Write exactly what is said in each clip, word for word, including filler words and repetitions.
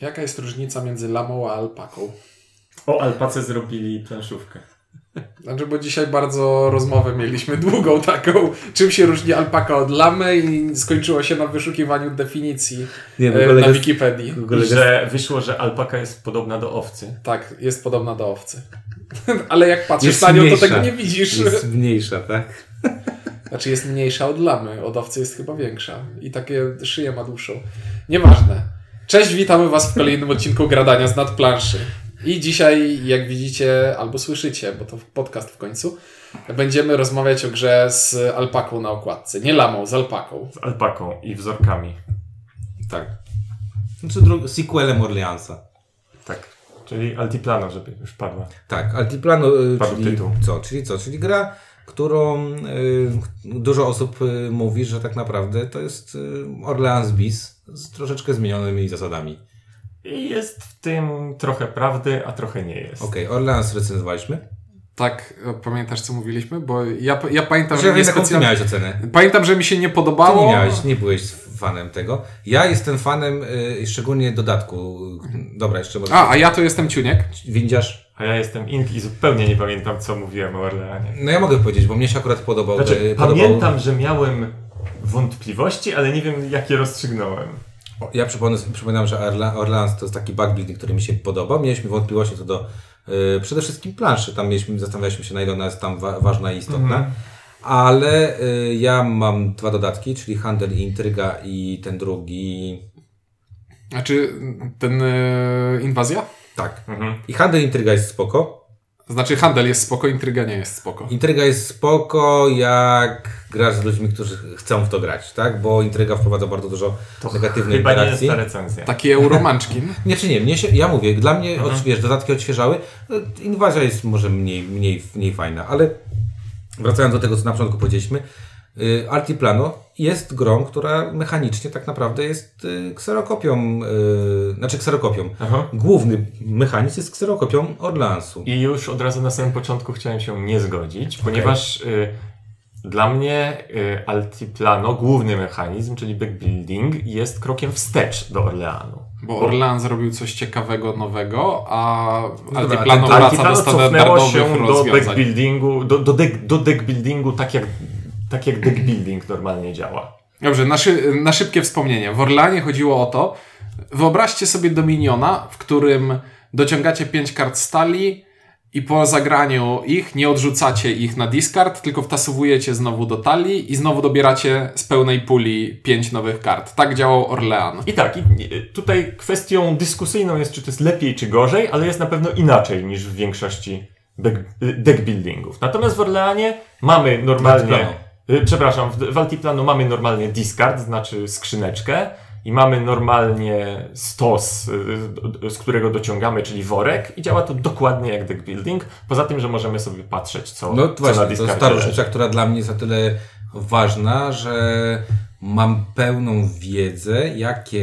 Jaka jest różnica między lamą a alpaką? O alpace zrobili planszówkę. Znaczy, bo dzisiaj bardzo rozmowę mieliśmy długą taką, czym się różni alpaka od lamy i skończyło się na wyszukiwaniu definicji Nie, e, na Wikipedii. I że wyszło, że alpaka jest podobna do owcy. Tak, jest podobna do owcy. Ale jak patrzysz jest na nią, mniejsza. To tego nie widzisz. Jest mniejsza, tak? Znaczy jest mniejsza od lamy, od owcy jest chyba większa. I takie szyję ma dłuższą. Nieważne. Cześć, witamy Was w kolejnym odcinku Gradania z nadplanszy. I dzisiaj, jak widzicie, albo słyszycie, bo to podcast w końcu, będziemy rozmawiać o grze z alpaką na okładce. Nie lamą, z alpaką. Z alpaką i wzorkami. Tak. Znaczy dru- sequelem Orleansa. Tak. Czyli Altiplano, żeby już padła. Tak, Altiplano, Padł czyli tytuł. co? Czyli co? Czyli gra, którą y, dużo osób y, mówi, że tak naprawdę to jest y, Orleans bis z troszeczkę zmienionymi zasadami. I jest w tym trochę prawdy, a trochę nie jest. Okej, okay, Orleans recenzowaliśmy. Tak, pamiętasz co mówiliśmy? Bo ja, ja pamiętam, że, że nie specjalnie... miałeś ocenę. Pamiętam, że mi się nie podobało. Ty nie miałeś, nie byłeś fanem tego. Ja jestem fanem y, szczególnie dodatku. Dobra, jeszcze może... A, a ja to jestem Ciuniek. Windziarz. A ja jestem Ink i zupełnie nie pamiętam, co mówiłem o Orleanie. No ja mogę powiedzieć, bo mnie się akurat podobał. Znaczy, y, pamiętam, podobał... że miałem wątpliwości, ale nie wiem, jakie rozstrzygnąłem. Ja przypominam, że Orleans to jest taki backbuilding, który mi się podoba. Mieliśmy wątpliwości co do yy, przede wszystkim planszy. Tam mieliśmy, zastanawialiśmy się, na ile ona jest tam wa- ważna i istotna. Mm. Ale yy, ja mam dwa dodatki, czyli Handel i Intryga i ten drugi... Znaczy ten yy, Inwazja? Tak. Mhm. I Handel i Intryga jest spoko. Znaczy handel jest spoko, intryga nie jest spoko. Intryga jest spoko, jak grasz z ludźmi, którzy chcą w to grać, tak? Bo intryga wprowadza bardzo dużo to negatywnej chyba interakcji. Nie jest ta recenzja. Taki euromanczkin. Nie, czy nie, mnie się, ja mówię, dla mnie mhm. od, wiesz, dodatki odświeżały. Inwazja jest może mniej, mniej, mniej fajna, ale wracając do tego, co na początku powiedzieliśmy, y, Altiplano jest grą, która mechanicznie tak naprawdę jest y, kserokopią, y, znaczy kserokopią. Aha. Główny mechanizm jest kserokopią Orleansu. I już od razu na samym początku chciałem się nie zgodzić, okay. ponieważ y, dla mnie y, Altiplano, główny mechanizm, czyli backbuilding, jest krokiem wstecz do Orleanu. Bo Orlean zrobił coś ciekawego, nowego, a no Altiplano dobra, wraca Altiplano do standardowych się do rozwiązań. backbuildingu, do, do, deck, do deckbuildingu tak jak, tak jak deckbuilding normalnie działa. Dobrze, na, szy- na szybkie wspomnienie. W Orleanie chodziło o to, wyobraźcie sobie Dominiona, w którym dociągacie pięć kart stali i po zagraniu ich nie odrzucacie ich na discard, tylko wtasowujecie znowu do talii i znowu dobieracie z pełnej puli pięć nowych kart. Tak działał Orlean. I tak, i tutaj kwestią dyskusyjną jest, czy to jest lepiej, czy gorzej, ale jest na pewno inaczej niż w większości deckbuildingów. Natomiast w Orleanie mamy normalnie... Przepraszam, w Altiplano mamy normalnie discard, znaczy skrzyneczkę i mamy normalnie stos, z którego dociągamy, czyli worek i działa to dokładnie jak deckbuilding, poza tym, że możemy sobie patrzeć, co, no, co właśnie, na discardzie. To jest ta różnica, która dla mnie jest o tyle ważna, że mam pełną wiedzę, jakie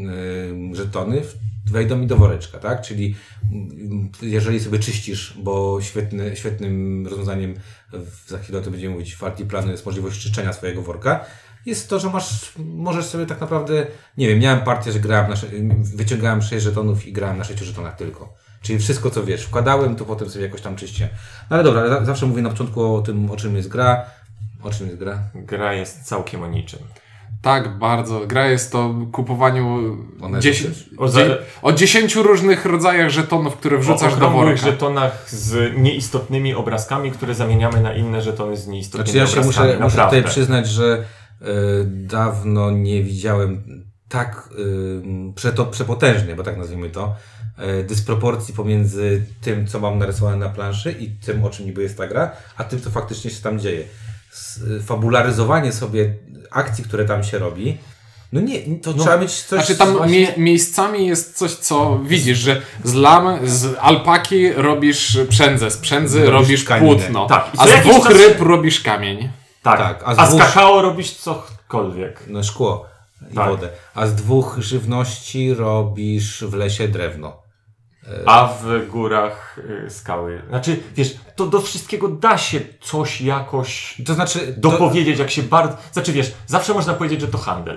y, żetony wejdą mi do woreczka, tak? Czyli jeżeli sobie czyścisz, bo świetny, świetnym rozwiązaniem, za chwilę o tym będziemy mówić, w Altiplano jest możliwość czyszczenia swojego worka, jest to, że masz, możesz sobie tak naprawdę, nie wiem, miałem partię, że grałem na, wyciągałem sześć żetonów i grałem na sześciu żetonach tylko. Czyli wszystko, co wiesz, wkładałem, to potem sobie jakoś tam czyścię. No ale dobra, zawsze mówię na początku o tym, o czym jest gra. O czym jest gra? Gra jest całkiem o niczym. Tak, bardzo. Gra jest o kupowaniu dziesięć, o, za... o dziesięciu różnych rodzajach żetonów, które wrzucasz o do worka. O żetonach z nieistotnymi obrazkami, które zamieniamy na inne żetony z nieistotnymi znaczy, ja się obrazkami. Muszę, muszę tutaj przyznać, że y, dawno nie widziałem tak y, przeto, przepotężnej, bo tak nazwijmy to, y, dysproporcji pomiędzy tym, co mam narysowane na planszy i tym, o czym niby jest ta gra, a tym, co faktycznie się tam dzieje. Fabularyzowanie sobie akcji, które tam się robi, no nie, to no, trzeba mieć coś... Znaczy tam właśnie... mie- miejscami jest coś, co widzisz, że z lam, z alpaki robisz przędzę, z przędzy robisz, robisz płótno, tak. a z dwóch czas... ryb robisz kamień. Tak, tak. a z, a dwóch... z kakao robisz cokolwiek. No szkło i tak. wodę. A z dwóch żywności robisz w lesie drewno. A w górach y, skały. Znaczy, wiesz, to do wszystkiego da się coś jakoś to znaczy, dopowiedzieć, to... jak się bardzo... Znaczy, wiesz, zawsze można powiedzieć, że to handel.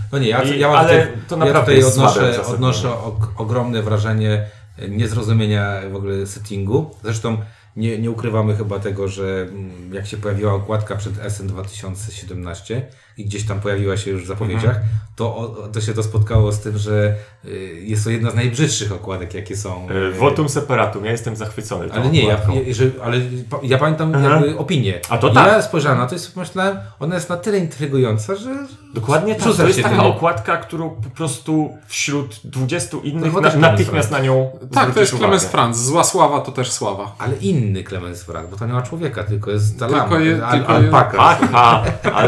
No nie, ja, I, ja, mam ale tutaj, to ja naprawdę tutaj jest słabe odnoszę, uzasadnienie. odnoszę o, ogromne wrażenie niezrozumienia w ogóle settingu. Zresztą nie, nie ukrywamy chyba tego, że mm, jak się pojawiła okładka przed S N dwa tysiące siedemnaście i gdzieś tam pojawiła się już w zapowiedziach, Mhm. to, o, to się to spotkało z tym, że y, jest to jedna z najbrzydszych okładek, jakie są. E, Votum separatum, ja jestem zachwycony tą Ale nie, ja, okładką. ja, że, ale pa- ja pamiętam Aha. jakby opinię. A to I tak. Ja spojrzałem na to i sobie pomyślałem, ona jest na tyle intrygująca, że... Dokładnie tak. Rzucasz To jest się taka tym. okładka, którą po prostu wśród dwudziestu innych chyba na, też Clemens natychmiast Franz. na nią Tak, to zwrócisz jest Clemens uwagę. Franz. Zła sława to też sława. Ale inny Clemens Franz, bo to nie ma człowieka, tylko jest ta Tylko lama, je- al, tylko je- alpaka. Alpaka,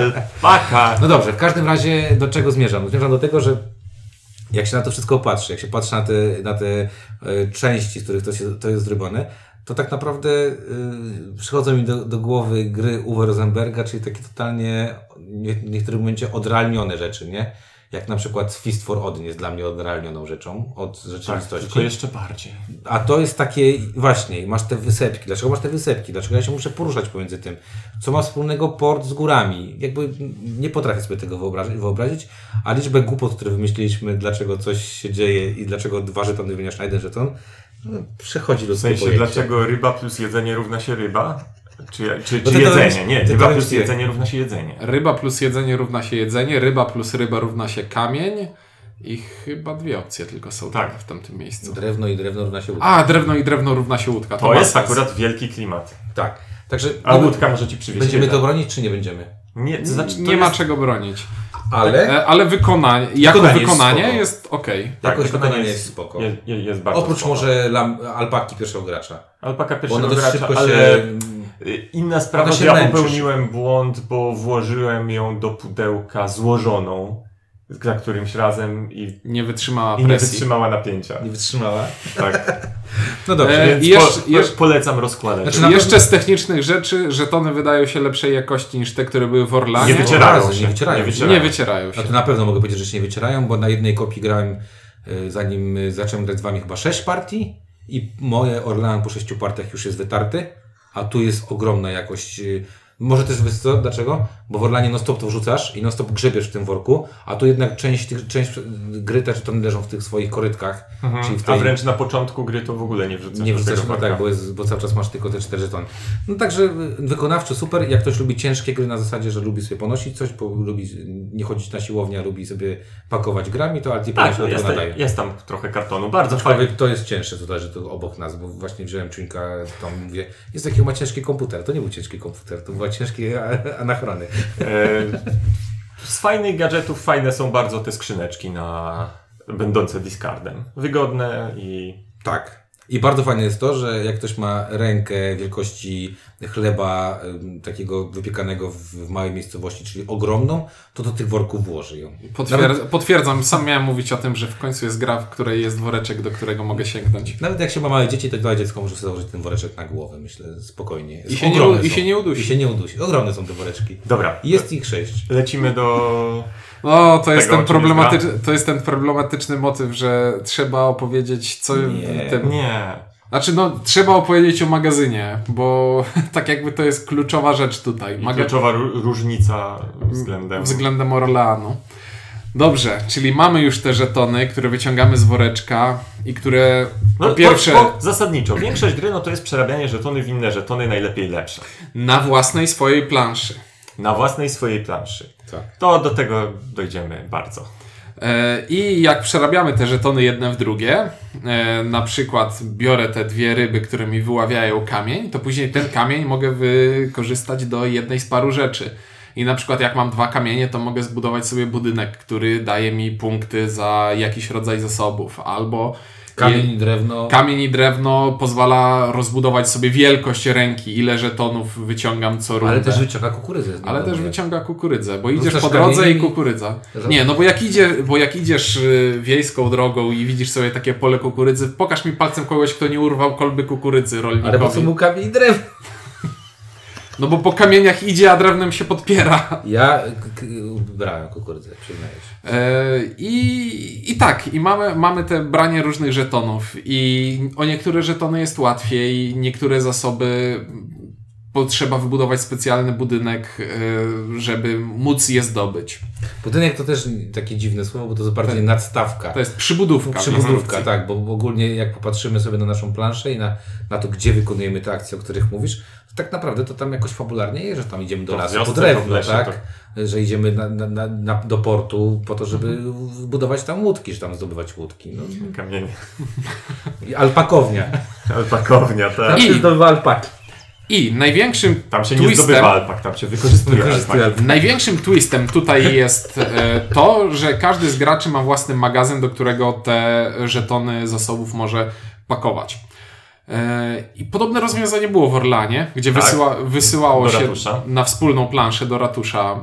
alpaka. No dobrze, w każdym razie do czego zmierzam? Zmierzam do tego, że jak się na to wszystko patrzy, jak się patrzy na te, na te e, części, z których to, się, to jest zrobione, to tak naprawdę y, przychodzą mi do, do głowy gry Uwe Rosenberga, czyli takie totalnie nie, w niektórym momencie odrealnione rzeczy, nie? Jak na przykład Fist for Odin jest dla mnie odrealnioną rzeczą od Tak, rzeczywistości. tylko jeszcze bardziej. A to jest takie, właśnie, masz te wysepki. Dlaczego masz te wysepki? Dlaczego ja się muszę poruszać pomiędzy tym? Co ma wspólnego port z górami? Jakby nie potrafię sobie tego wyobrazić, wyobrazić a liczbę głupot, które wymyśliliśmy, dlaczego coś się dzieje i dlaczego dwa żetony wymieniasz na jeden żeton, no, przechodzi W ludzkie sensie, pojęcie. dlaczego ryba plus jedzenie równa się ryba? Czy, czy, Bo czy ty to jedzenie? robisz- Nie, ty to ryba robisz plus nie. jedzenie równa się jedzenie. Ryba plus jedzenie równa się jedzenie, ryba plus ryba równa się kamień i chyba dwie opcje tylko są Tak. w tamtym miejscu. Drewno i drewno równa się łódka. A, drewno i drewno równa się łódka. To ma jest sens. akurat wielki klimat. Tak. Także A no, łódka może ci przywieźć będziemy rybę. to bronić, czy nie będziemy? Nie, to znaczy, to Nie ma jest... czego bronić. Ale E, ale wykonanie, jako Wykonanie jest wykonanie spoko. jest okej. Tak, jakoś wykonanie wykonanie jest- jest spoko. Jest, jest, jest bardzo Oprócz spoko. może lam, alpaki pierwszego gracza. Alpaka Bo pierwszego ona dość gracza, szybko ale się... y, inna sprawa, ona się że ja męczy popełniłem błąd, bo włożyłem ją do pudełka złożoną za którymś razem i, Nie wytrzymała i nie presji. wytrzymała napięcia. Nie wytrzymała. Tak. No dobrze. E, Więc i jeszcze- po, jeszcze- polecam rozkładać. Znaczy, na Jeszcze pewno- z technicznych rzeczy, żetony wydają się lepszej jakości niż te, które były w Orlanie. Nie wycierają Razy, się. nie wycierają Nie się. wycierają. Nie wycierają No się. to na pewno mogę powiedzieć, że się nie wycierają, bo na jednej kopii grałem, y, zanim y, zacząłem grać z wami, chyba sześć partii i moje Orlan po sześciu partiach już jest wytarty, a tu jest ogromna jakość. y, Może też wiesz co, dlaczego? Bo w Orlanie non stop to wrzucasz i non stop grzebiesz w tym worku, a tu jednak część, tych, część y, gry też to leżą w tych swoich korytkach. Mhm. Czyli w A tej, wręcz na początku gry to w ogóle nie wrzucasz. nie do wrzucasz, tego no worka. tak, bo, jest, bo cały czas masz tylko te cztery żetony. No także y, wykonawczo super. Jak ktoś lubi ciężkie gry na zasadzie, że lubi sobie ponosić coś, bo lubi nie chodzić na siłownię, a lubi sobie pakować grami, to Altiplay Tak, się do tego jest, nadaje. jest tam trochę kartonu. Bardzo fajnie. Aczkolwiek to jest cięższe, to leży tu obok nas, bo właśnie wziąłem czujnika, tam mówię, jest taki ma ciężki komputer. To nie był ciężki komputer, to była ciężkie a- anachrony. E, z fajnych gadżetów fajne są bardzo te skrzyneczki na będące discardem. Wygodne i Tak. I bardzo fajne jest to, że jak ktoś ma rękę wielkości chleba ym, takiego wypiekanego w, w małej miejscowości, czyli ogromną, to do tych worków włoży ją. Potwier- Nawet, Potwierdzam, sam miałem mówić o tym, że w końcu jest gra, w której jest woreczek, do którego mogę sięgnąć. nawet jak się ma małe dzieci, to małe dziecko może sobie założyć ten woreczek na głowę, myślę, spokojnie. Jest I się, nie, ogromne u- I są. się nie udusi. I się nie udusi. Ogromne są te woreczki. dobra. I jest ich sześć. Lecimy do... No, to jest, Tego, ten czym jest problematyczny, to jest ten problematyczny motyw, że trzeba opowiedzieć co Nie. w tym... Nie. Znaczy, no, trzeba opowiedzieć o magazynie, bo tak jakby to jest kluczowa rzecz tutaj. I Maga- kluczowa ró- różnica względem... względem Orleanu. Dobrze, czyli mamy już te żetony, które wyciągamy z woreczka i które No, po pierwsze To, to zasadniczo. Większość gry no to jest przerabianie żetony w inne żetony, najlepiej lepsze. na własnej swojej planszy. Na własnej swojej planszy. Tak. To do tego dojdziemy bardzo. E, I jak przerabiamy te żetony jedne w drugie, e, na przykład biorę te dwie ryby, które mi wyławiają kamień, to później ten kamień mogę wykorzystać do jednej z paru rzeczy. I na przykład jak mam dwa kamienie, to mogę zbudować sobie budynek, który daje mi punkty za jakiś rodzaj zasobów. Albo Kamień i drewno. Kamień i drewno pozwala rozbudować sobie wielkość ręki, ile żetonów wyciągam co rundę. Ale też wyciąga kukurydzę. z niego, Ale też nie? wyciąga kukurydzę, bo idziesz Rzucasz po drodze i kamieniem i- kukurydza. Nie, no bo jak, idzie, bo jak idziesz y, wiejską drogą i widzisz sobie takie pole kukurydzy, pokaż mi palcem kogoś, kto nie urwał kolby kukurydzy rolnikowi. Ale po co mu kamień i drewno? No bo po kamieniach idzie, a drewnem się podpiera. Ja k- k- brałem kukurydzę, przyznaję się. E, I, I tak, i mamy, mamy te branie różnych żetonów i o niektóre żetony jest łatwiej, niektóre zasoby potrzeba wybudować specjalny budynek, yy, żeby móc je zdobyć. Budynek to też takie dziwne słowo, bo to jest bardziej nadstawka. To jest przybudówka. Przybudówka, tak, bo ogólnie jak popatrzymy sobie na naszą planszę i na, na to, gdzie wykonujemy te akcje, o których mówisz, to tak naprawdę to tam jakoś fabularnie jest, że tam idziemy do To lasu wiosce, po drewno, to w lesie, tak? Że idziemy na, na, na, na, do portu po to, żeby budować tam łódki, że tam zdobywać łódki. No. Kamienie. I alpakownia. Alpakownia, tak. I zdobywa alpaki. I największym Tam się nie twistem, zdobywa alpak, tam się wykorzystuje, Wykorzystuje alpak. alpak. największym twistem tutaj jest e, to, że każdy z graczy ma własny magazyn, do którego te żetony zasobów może pakować. E, I podobne rozwiązanie było w Orlanie, gdzie Tak. wysyła, wysyłało Do się ratusza. na wspólną planszę do ratusza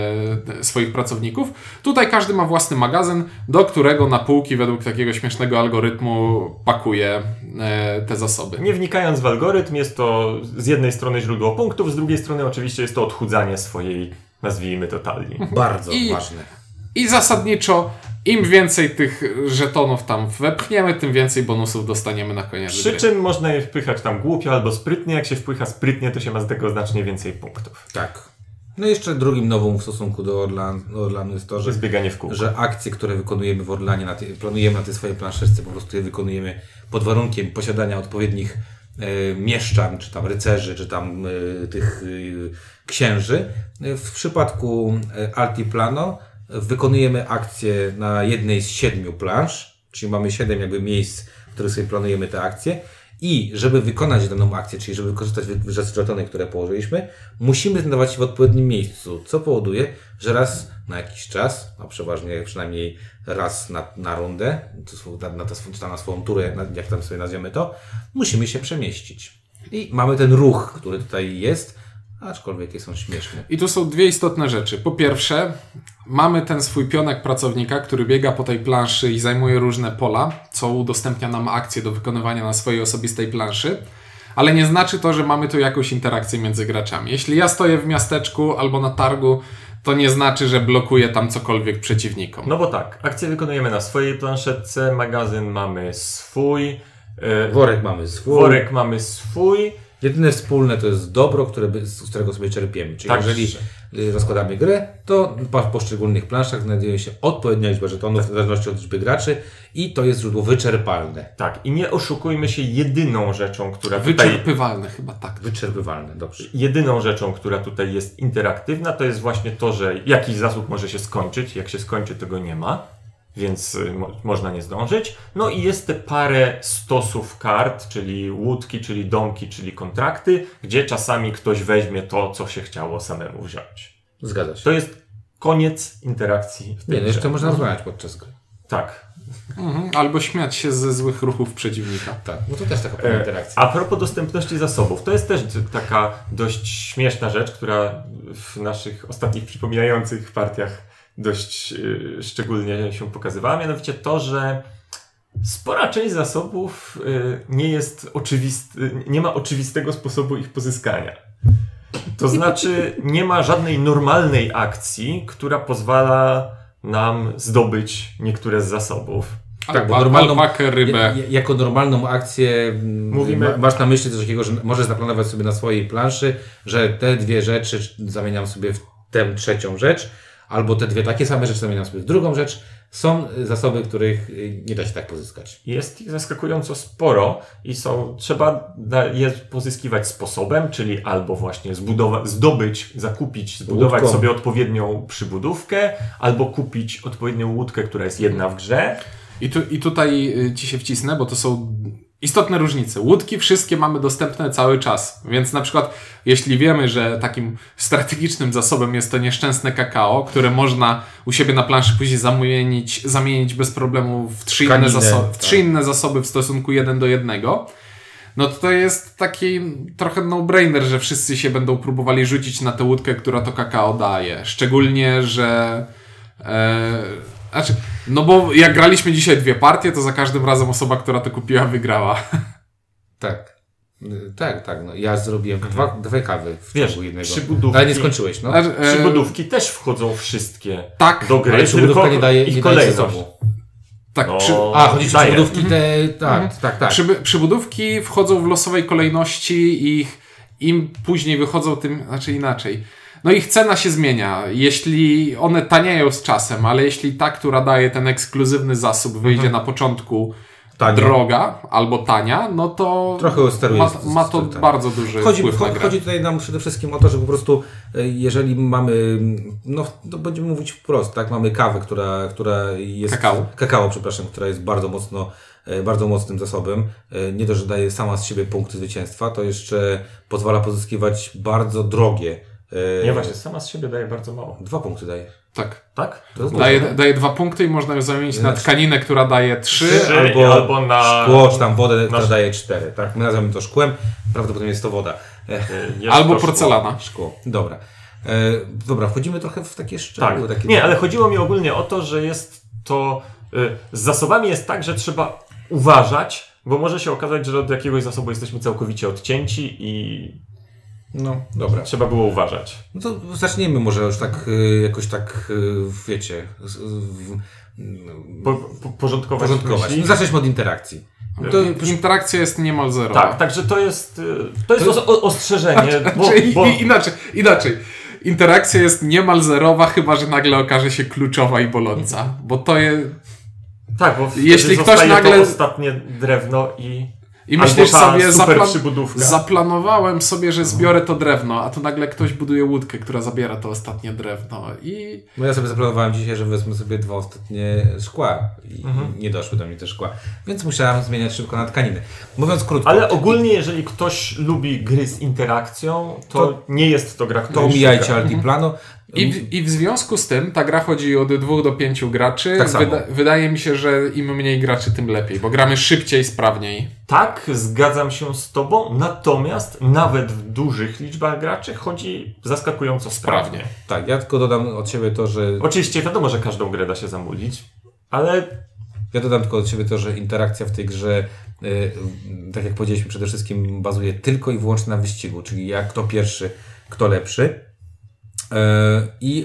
e, swoich pracowników. Tutaj każdy ma własny magazyn, do którego na półki według takiego śmiesznego algorytmu pakuje e, te zasoby. Nie wnikając w algorytm, jest to z jednej strony źródło punktów, z drugiej strony oczywiście jest to odchudzanie swojej, nazwijmy to, talii. Bardzo I- ważne. I zasadniczo im więcej tych żetonów tam wepchniemy, tym więcej bonusów dostaniemy na koniec Przy gry. czym można je wpychać tam głupio albo sprytnie. Jak się wpycha sprytnie, to się ma z tego znacznie więcej punktów. Tak. No i jeszcze drugim nową w stosunku do Orlan, do Orlanu jest to, To że jest bieganie w kółko. że akcje, które wykonujemy w Orlanie, na tej, planujemy na tej swojej planszeczce, po prostu je wykonujemy pod warunkiem posiadania odpowiednich e, mieszczan, czy tam rycerzy, czy tam e, tych e, księży. E, W przypadku e, Altiplano wykonujemy akcje na jednej z siedmiu plansz, czyli mamy siedem jakby miejsc, w których sobie planujemy te akcje. I żeby wykonać daną akcję, czyli żeby wykorzystać wy- żetony, które położyliśmy, musimy znajdować się w odpowiednim miejscu, co powoduje, że raz na jakiś czas, a przeważnie przynajmniej raz na, na rundę, to swo- na, na, tę swo- czy tam na swoją turę, na- jak tam sobie nazwiemy to, musimy się przemieścić. I mamy ten ruch, który tutaj jest, aczkolwiek jest on śmieszny. I tu są dwie istotne rzeczy. Po pierwsze, mamy ten swój pionek pracownika, który biega po tej planszy i zajmuje różne pola, co udostępnia nam akcje do wykonywania na swojej osobistej planszy. Ale nie znaczy to, że mamy tu jakąś interakcję między graczami. Jeśli ja stoję w miasteczku albo na targu, to nie znaczy, że blokuję tam cokolwiek przeciwnikom. No bo tak, akcje wykonujemy na swojej planszetce, magazyn mamy swój, e, Worek mamy swój. worek mamy swój. Jedyne wspólne to jest dobro, które, by- z którego sobie czerpiemy. Czyli Tak, jeżeli że- y, rozkładamy grę, to po poszczególnych planszach znajduje się odpowiednia liczba żetonów w zależności od liczby graczy i to jest źródło wyczerpalne. Tak, i nie oszukujmy się, jedyną rzeczą, która tutaj... Wyczerpywalne chyba tak. Wyczerpywalne, dobrze. Jedyną rzeczą, która tutaj jest interaktywna, to jest właśnie to, że jakiś zasób może się skończyć. Jak się skończy, to go nie ma, więc y, mo- można nie zdążyć. No i jest te parę stosów kart, czyli łódki, czyli domki, czyli kontrakty, gdzie czasami ktoś weźmie to, co się chciało samemu wziąć. Zgadza się. To jest koniec interakcji w tej Nie, no jeszcze grze. można rozmawiać podczas gry. Tak. Mhm. Albo śmiać się ze złych ruchów przeciwnika. Tak, no to też taka pewna E, interakcja. A propos dostępności zasobów, to jest też taka dość śmieszna rzecz, która w naszych ostatnich przypominających partiach dość y, szczególnie się pokazywała, mianowicie to, że spora część zasobów y, nie jest oczywisty, nie ma oczywistego sposobu ich pozyskania. To znaczy nie ma żadnej normalnej akcji, która pozwala nam zdobyć niektóre z zasobów. Tak, bo Alpa- normalną- alpakę, rybę. Ja- ja- jako normalną akcję mm, Mówimy- ma- masz na myśli coś takiego, że możesz zaplanować sobie na swojej planszy, że te dwie rzeczy zamieniam sobie w tę trzecią rzecz, albo te dwie takie same rzeczy zamieniam sobie w drugą rzecz. Są y, zasoby, których y, nie da się tak pozyskać. Jest ich zaskakująco sporo i są, trzeba na- je pozyskiwać sposobem, czyli albo właśnie zbudować, zdobyć, zakupić, zbudować Łódką. sobie odpowiednią przybudówkę, albo kupić odpowiednią łódkę, która jest jedna w grze. I, tu, I tutaj y, ci się wcisnę, bo to są istotne różnice. Łódki wszystkie mamy dostępne cały czas, więc na przykład jeśli wiemy, że takim strategicznym zasobem jest to nieszczęsne kakao, które można u siebie na planszy później zamienić, zamienić bez problemu w trzy, inne, Kaninę, zaso- w tak. trzy inne zasoby w stosunku jeden do jednego, no to to jest taki trochę no-brainer, że wszyscy się będą próbowali rzucić na tę łódkę, która to kakao daje. Szczególnie, że... E, Znaczy, no bo jak graliśmy dzisiaj dwie partie, to za każdym razem osoba, która to kupiła, wygrała. Tak. Y, Tak, tak. No. Ja zrobiłem dwa, dwie kawy w Wiesz, ciągu jednego. przybudówki, Ale nie skończyłeś, no. A, e, przybudówki też wchodzą wszystkie Tak, do gry, Ale przybudówka tylko nie daje, ich nie daje ze kolejność. sobą. tak. No. Przy, A, chodzi o Daje. przybudówki te... Tak, tak, tak. przyby, przybudówki wchodzą w losowej kolejności ich im później wychodzą, tym, znaczy inaczej. No ich cena się zmienia. Jeśli one tanieją z czasem, ale jeśli ta, która daje ten ekskluzywny zasób, wyjdzie mhm. na początku Tanie. droga albo tania, no to trochę ma, ma to bardzo duży chodzi, wpływ na grę. Chodzi tutaj nam przede wszystkim o to, że po prostu jeżeli mamy, no to będziemy mówić wprost, tak, mamy kawę, która, która jest... Kakao. Kakao, przepraszam, która jest bardzo mocno, bardzo mocnym zasobem. Nie dość, że daje sama z siebie punkty zwycięstwa, to jeszcze pozwala pozyskiwać bardzo drogie. Nie, właśnie, sama z siebie daje bardzo mało. Dwa punkty daje. Tak. Tak? To daje, daje dwa punkty i można ją zamienić na tkaninę, która daje trzy, trzy albo, albo na szkło, czy tam wodę, która na... daje cztery. Tak? My nazywamy to szkłem, prawdopodobnie jest to woda. Jest albo to porcelana. Szkło. szkło. Dobra. E, dobra, wchodzimy trochę w takie szczegóły. Tak. Takie... Nie, ale chodziło mi ogólnie o to, że jest to... Y, z zasobami jest tak, że trzeba uważać, bo może się okazać, że od jakiegoś zasobu jesteśmy całkowicie odcięci i... No, dobra. Trzeba było uważać. No to zacznijmy może już tak jakoś tak, wiecie, po, po, porządkować. porządkować. No, zacznijmy od interakcji. No to interakcja jest niemal zerowa. Tak, także to jest to jest to... O, ostrzeżenie. Znaczy, bo, bo... Inaczej, inaczej. Interakcja jest niemal zerowa, chyba że nagle okaże się kluczowa i boląca. Bo to jest... Tak, bo jeśli ktoś nagle... to ostatnie drewno i... I myślisz sobie, zaplan- zaplanowałem sobie, że zbiorę to drewno, a tu nagle ktoś buduje łódkę, która zabiera to ostatnie drewno i... No ja sobie zaplanowałem dzisiaj, że wezmę sobie dwa ostatnie szkła i mhm. nie doszły do mnie te szkła, więc musiałem zmieniać szybko na tkaniny. Mówiąc krótko... Ale ogólnie, jeżeli ktoś lubi gry z interakcją, to, to nie jest to gra, która... To omijajcie Altiplano. I w, I w związku z tym ta gra chodzi od dwóch do pięciu graczy. Tak samo. Wyda- wydaje mi się, że im mniej graczy, tym lepiej, bo gramy szybciej, sprawniej. Tak, zgadzam się z tobą, natomiast nawet w dużych liczbach graczy chodzi zaskakująco sprawnie. Tak, ja tylko dodam od siebie to, że... Oczywiście wiadomo, że każdą grę da się zamulić, ale... Ja dodam tylko od siebie to, że interakcja w tej grze, yy, tak jak powiedzieliśmy, przede wszystkim bazuje tylko i wyłącznie na wyścigu, czyli jak kto pierwszy, kto lepszy. I,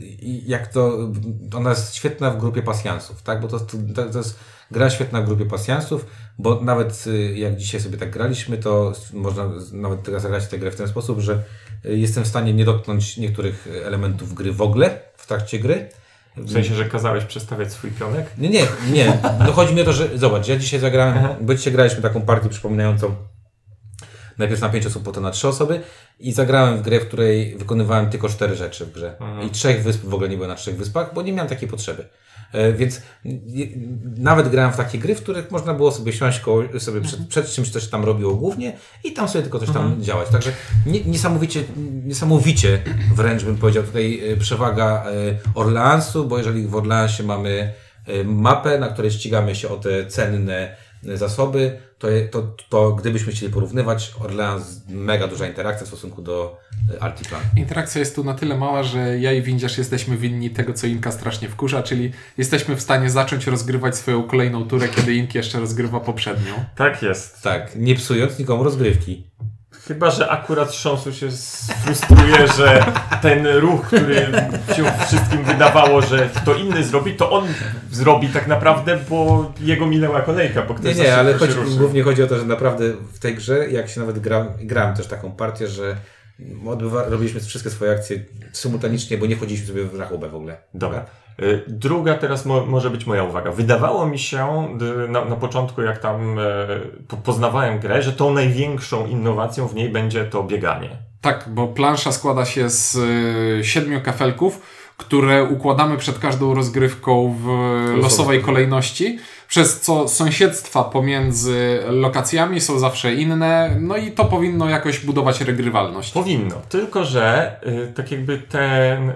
I jak to, ona jest świetna w grupie pasjansów, tak? Bo to, to, to jest gra świetna w grupie pasjansów, bo nawet jak dzisiaj sobie tak graliśmy, to można nawet teraz zagrać tę grę w ten sposób, że jestem w stanie nie dotknąć niektórych elementów gry w ogóle w trakcie gry. W sensie, że kazałeś przestawiać swój pionek? Nie, nie, nie. No chodzi mi o to, że zobacz, ja dzisiaj zagrałem, Aha. bo dzisiaj graliśmy taką partię przypominającą najpierw na pięć osób, potem na trzy osoby i zagrałem w grę, w której wykonywałem tylko cztery rzeczy w grze. Mhm. I trzech wysp w ogóle nie było na trzech wyspach, bo nie miałem takiej potrzeby. E, więc je, nawet grałem w takie gry, w których można było sobie siąść koło, sobie przed, przed czymś coś tam robiło głównie i tam sobie tylko coś tam mhm. działać. Także nie, niesamowicie, niesamowicie wręcz bym powiedział tutaj przewaga Orleansu, bo jeżeli w Orleansie mamy mapę, na której ścigamy się o te cenne zasoby, to, to, to gdybyśmy chcieli porównywać, Orleans mega duża interakcja w stosunku do Altiplano. Interakcja jest tu na tyle mała, że ja i Windziarz jesteśmy winni tego, co Inka strasznie wkurza, czyli jesteśmy w stanie zacząć rozgrywać swoją kolejną turę, kiedy Ink jeszcze rozgrywa poprzednią. Tak jest. Tak, nie psując nikomu rozgrywki. Chyba że akurat Sząsu się sfrustruje, że ten ruch, który się wszystkim wydawało, że kto inny zrobi, to on zrobi tak naprawdę, bo jego minęła kolejka. Bo nie, nie, ale chodzi, głównie chodzi o to, że naprawdę w tej grze, jak się nawet gram, grałem też taką partię, że odbywa, robiliśmy wszystkie swoje akcje symultanicznie, bo nie wchodziliśmy sobie w rachubę w ogóle. Dobra. Druga teraz mo- może być moja uwaga. Wydawało mi się na, na początku, jak tam e, poznawałem grę, że tą największą innowacją w niej będzie to bieganie. Tak, bo plansza składa się z y, siedmiu kafelków, które układamy przed każdą rozgrywką w losowej kolejności, przez co sąsiedztwa pomiędzy lokacjami są zawsze inne, no i to powinno jakoś budować regrywalność. Powinno, tylko że y, tak jakby ten...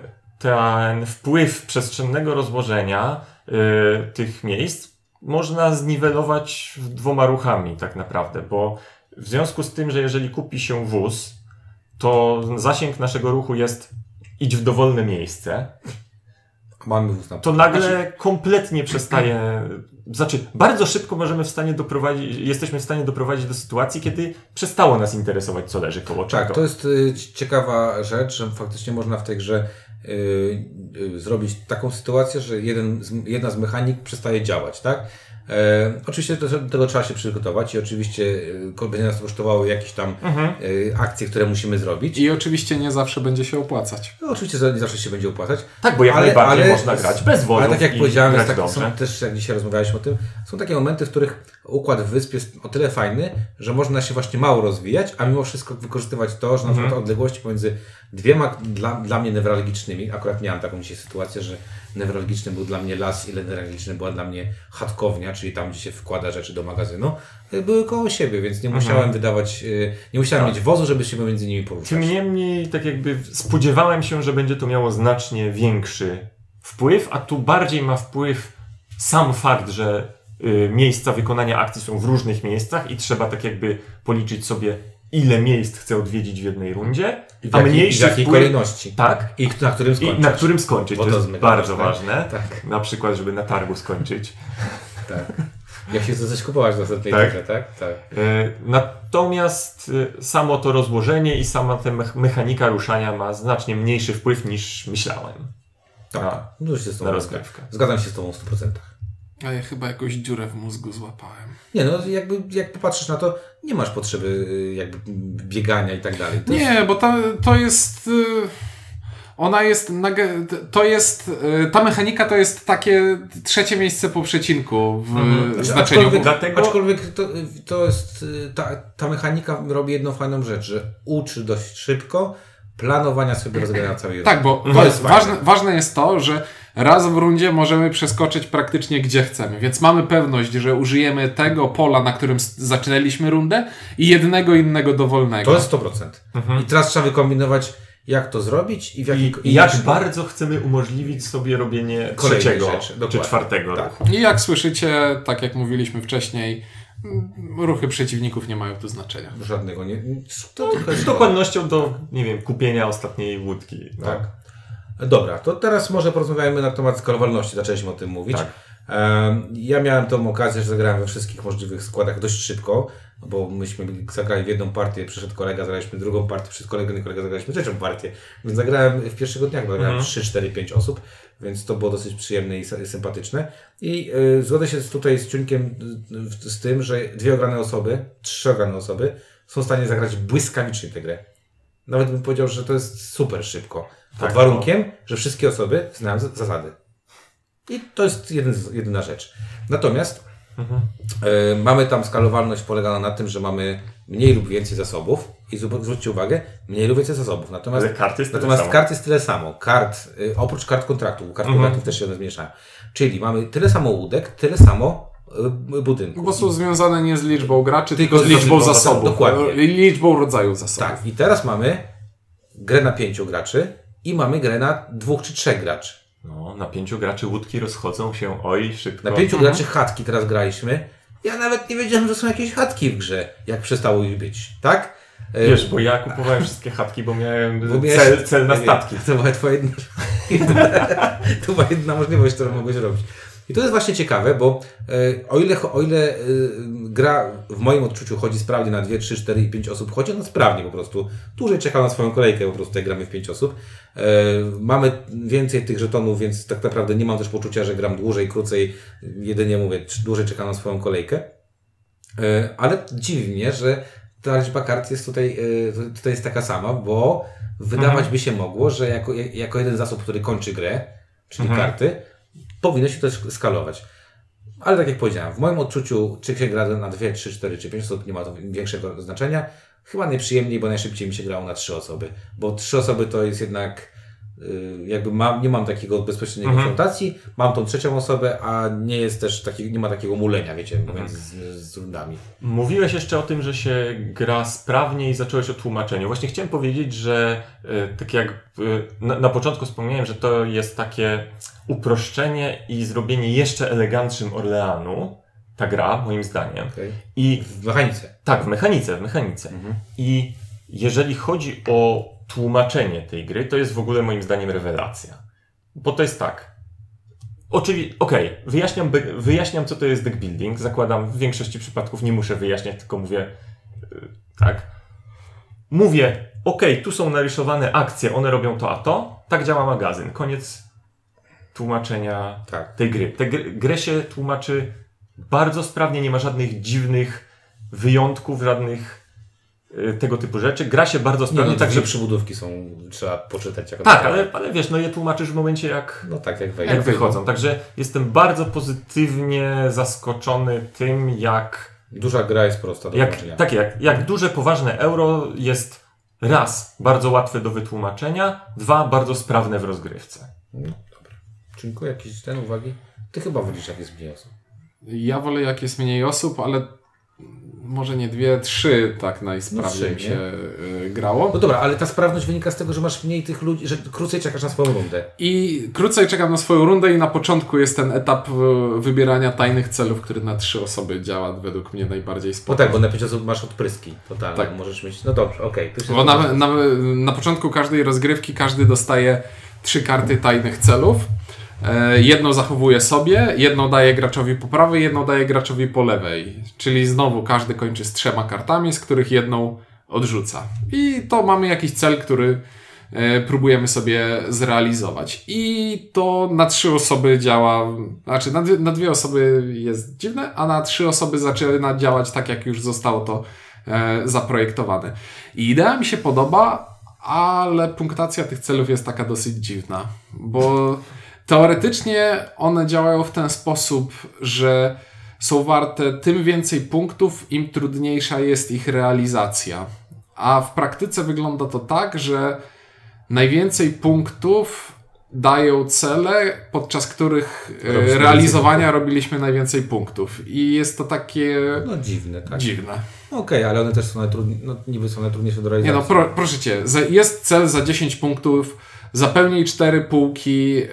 ten wpływ przestrzennego rozłożenia y, tych miejsc można zniwelować dwoma ruchami tak naprawdę, bo w związku z tym, że jeżeli kupi się wóz, to zasięg naszego ruchu jest idź w dowolne miejsce, Mamy wóz na to nagle kompletnie przestaje... Znaczy, bardzo szybko możemy w stanie doprowadzić, jesteśmy w stanie doprowadzić do sytuacji, kiedy przestało nas interesować, co leży koło czego. Tak, to jest y, ciekawa rzecz, że faktycznie można w tej grze y, y, zrobić taką sytuację, że jeden z, jedna z mechanik przestaje działać, tak? E, oczywiście do tego trzeba się przygotować i oczywiście e, będzie nas to kosztowało jakieś tam mhm. e, akcje, które musimy zrobić. I oczywiście nie zawsze będzie się opłacać. No, oczywiście nie zawsze się będzie opłacać. Tak, bo jak ale, najbardziej ale, można grać bez wodów. Ale tak jak powiedziałem, jest tak, są też, jak dzisiaj rozmawialiśmy o tym, są takie momenty, w których układ wysp jest o tyle fajny, że można się właśnie mało rozwijać, a mimo wszystko wykorzystywać to, że na przykład mhm. odległości pomiędzy dwiema dla, dla mnie newralgicznymi, akurat miałem taką dzisiaj sytuację, że newralgiczny był dla mnie las i newralgiczny była dla mnie chatkownia, czyli tam, gdzie się wkłada rzeczy do magazynu, były koło siebie, więc nie musiałem mhm. wydawać, nie musiałem tak. mieć wozu, żeby się między nimi poruszać. Tym niemniej, tak jakby spodziewałem się, że będzie to miało znacznie większy wpływ, a tu bardziej ma wpływ sam fakt, że y, miejsca wykonania akcji są w różnych miejscach i trzeba tak jakby policzyć sobie, ile miejsc chcę odwiedzić w jednej rundzie, I w a jakiej, mniejszy w jakiej wpływ, kolejności. Tak. I na którym skończyć. I na którym skończyć. Bo to, to jest bardzo ważne. ważne. Tak. Na przykład, żeby na targu skończyć. Tak. Jak się chce coś kupować w następnej tak? turze, tak? Tak. E, natomiast e, samo to rozłożenie i sama ta me- mechanika ruszania ma znacznie mniejszy wpływ niż myślałem. Tak. Na, no, się z na rozgrywkę. Zgadzam się z tobą w stu procentach. A ja chyba jakąś dziurę w mózgu złapałem. Nie, no jakby jak popatrzysz na to, nie masz potrzeby jakby biegania i tak dalej. To nie, jest... bo to, to jest... Ona jest... To jest... Ta mechanika to jest takie trzecie miejsce po przecinku w mhm. znaczeniu. Aczkolwiek, Dlatego... aczkolwiek to, to jest... Ta, ta mechanika robi jedną fajną rzecz, że uczy dość szybko planowania sobie rozgrania całej rundy. Tak, bo to, to jest ważne, ważne jest to, że raz w rundzie możemy przeskoczyć praktycznie gdzie chcemy, więc mamy pewność, że użyjemy tego pola, na którym zaczynaliśmy rundę i jednego innego dowolnego. To jest sto procent. Mhm. I teraz trzeba wykombinować, jak to zrobić i w jaki... I, i jak bardzo chcemy umożliwić sobie robienie trzeciego rzeczy, czy czwartego tak. ruchu. I jak słyszycie, tak jak mówiliśmy wcześniej, ruchy przeciwników nie mają tu znaczenia. Żadnego. Nie, to no, z dokładnością do, nie wiem, kupienia ostatniej łódki. No. Tak. Dobra, to teraz może porozmawiajmy na temat skalowalności. Zaczęliśmy o tym mówić. Tak. Um, ja miałem tą okazję, że zagrałem we wszystkich możliwych składach dość szybko, bo myśmy zagrali w jedną partię, przyszedł kolega, zagraliśmy drugą partię, przyszedł kolega, kolega zagraliśmy trzecią partię. Więc zagrałem w pierwszego dnia, bo zagrałem trzy, cztery, pięć osób, więc to było dosyć przyjemne i sympatyczne. I yy, zgodzę się tutaj z Ciuńkiem y, z tym, że dwie ograne osoby, trzy ograne osoby są w stanie zagrać błyskawicznie tę grę. Nawet bym powiedział, że to jest super szybko. Pod tak, warunkiem, no. że wszystkie osoby znają zasady. I to jest jeden, jedyna rzecz. Natomiast mhm. y, mamy tam skalowalność polegana na tym, że mamy mniej lub więcej zasobów i zwróćcie uwagę, mniej lub więcej zasobów. Natomiast, Ale kart jest natomiast tyle kart jest tyle samo. Kart, y, oprócz kart kontraktów, kart mhm. kontraktów też się one zmniejszają. Czyli mamy tyle samo łódek, tyle samo y, budynków. Bo są związane nie z liczbą graczy, tylko, tylko z liczbą zasobów. zasobów. Dokładnie. Liczbą rodzajów zasobów. Tak. I teraz mamy grę na pięciu graczy i mamy grę na dwóch czy trzech graczy. No, na pięciu graczy łódki rozchodzą się, oj, szybko. Na pięciu mhm. graczy chatki teraz graliśmy. Ja nawet nie wiedziałem, że są jakieś chatki w grze, jak przestało ich być, tak? Wiesz, bo ja kupowałem wszystkie chatki, bo miałem bo cel, cel na statki. To była twoja jedna, to była jedna możliwość, którą mogłeś robić. I to jest właśnie ciekawe, bo e, o ile, o ile e, gra w moim odczuciu chodzi sprawnie na dwie, trzy, cztery i pięć osób, chodzi ona sprawnie po prostu. Dłużej czeka na swoją kolejkę, po prostu tutaj gramy w pięć osób. E, mamy więcej tych żetonów, więc tak naprawdę nie mam też poczucia, że gram dłużej, krócej, jedynie mówię, dłużej czekam na swoją kolejkę. E, ale dziwi mnie, że ta liczba kart jest tutaj, e, tutaj jest taka sama, bo wydawać mhm. by się mogło, że jako, jako jeden zasób, który kończy grę, czyli mhm. karty, powinno się też skalować. Ale tak jak powiedziałem, w moim odczuciu, czy się gra na dwie, trzy, cztery czy pięć osób, nie ma to większego znaczenia. Chyba najprzyjemniej, bo najszybciej mi się grało na trzy osoby. Bo trzy osoby to jest jednak, yy, jakby mam, nie mam takiego bezpośredniej mhm. konfrontacji, mam tą trzecią osobę, a nie jest też taki, nie ma takiego mulenia, wiecie, mhm. z, z rundami. Mówiłeś jeszcze o tym, że się gra sprawnie i zacząłeś o tłumaczeniu. Właśnie chciałem powiedzieć, że yy, tak jak yy, na, na początku wspomniałem, że to jest takie uproszczenie i zrobienie jeszcze elegantszym Orleanu, ta gra, moim zdaniem. Okay. I w mechanice. Tak, w mechanice, w mechanice. Mhm. I jeżeli chodzi o tłumaczenie tej gry, to jest w ogóle moim zdaniem rewelacja. Bo to jest tak. Oczywiście, okej, okay, wyjaśniam, wyjaśniam, co to jest deck building. Zakładam, w większości przypadków nie muszę wyjaśniać, tylko mówię yy, tak. Mówię, okej, okay, tu są narysowane akcje, one robią to, a to. Tak działa magazyn. Koniec tłumaczenia tak. tej gry. Tę grę się tłumaczy bardzo sprawnie, nie ma żadnych dziwnych wyjątków, żadnych y, tego typu rzeczy. Gra się bardzo sprawnie. Nie, no, także przybudówki są, trzeba poczytać. Jak tak, ale, ale wiesz, no je tłumaczysz w momencie jak, no tak, jak, wejdą. jak wychodzą. Także jestem bardzo pozytywnie zaskoczony tym, jak duża gra jest prosta do jak, tłumaczenia. tak, jak, jak duże, poważne euro jest raz, bardzo łatwe do wytłumaczenia, dwa, bardzo sprawne w rozgrywce. No, dobra. Dziękuję. Jakieś ten uwagi? Ty chyba wolisz, jak jest mniej osób. Ja wolę, jak jest mniej osób, ale może nie dwie, trzy tak najsprawniej No, mi się y, grało. No dobra, ale ta sprawność wynika z tego, że masz mniej tych ludzi, że krócej czekasz na swoją rundę. I krócej czekam na swoją rundę i na początku jest ten etap y, wybierania tajnych celów, który na trzy osoby działa według mnie najbardziej No spoko. tak, bo na pięć osób masz odpryski. Totalnie. Tak. Możesz mieć... No dobrze, okej. Okay. Bo na, na, na początku każdej rozgrywki każdy dostaje trzy karty tajnych celów. E, jedną zachowuje sobie, jedną daje graczowi po prawej, jedną daje graczowi po lewej. Czyli znowu każdy kończy z trzema kartami, z których jedną odrzuca. I to mamy jakiś cel, który e, próbujemy sobie zrealizować. I to na trzy osoby działa, znaczy na dwie, na dwie osoby jest dziwne, a na trzy osoby zaczyna działać tak, jak już zostało to e, zaprojektowane. I idea mi się podoba, ale punktacja tych celów jest taka dosyć dziwna, bo teoretycznie one działają w ten sposób, że są warte tym więcej punktów, im trudniejsza jest ich realizacja. A w praktyce wygląda to tak, że najwięcej punktów dają cele, podczas których Robiliśmy realizowania robiliśmy najwięcej punktów. I jest to takie No dziwne, tak. dziwne. Okej, okay, ale one też są najtrudniejsze, no niby są najtrudniejsze do Nie realizacji. no, pro, proszę Cię, jest cel za dziesięć punktów, zapełnij cztery półki yy,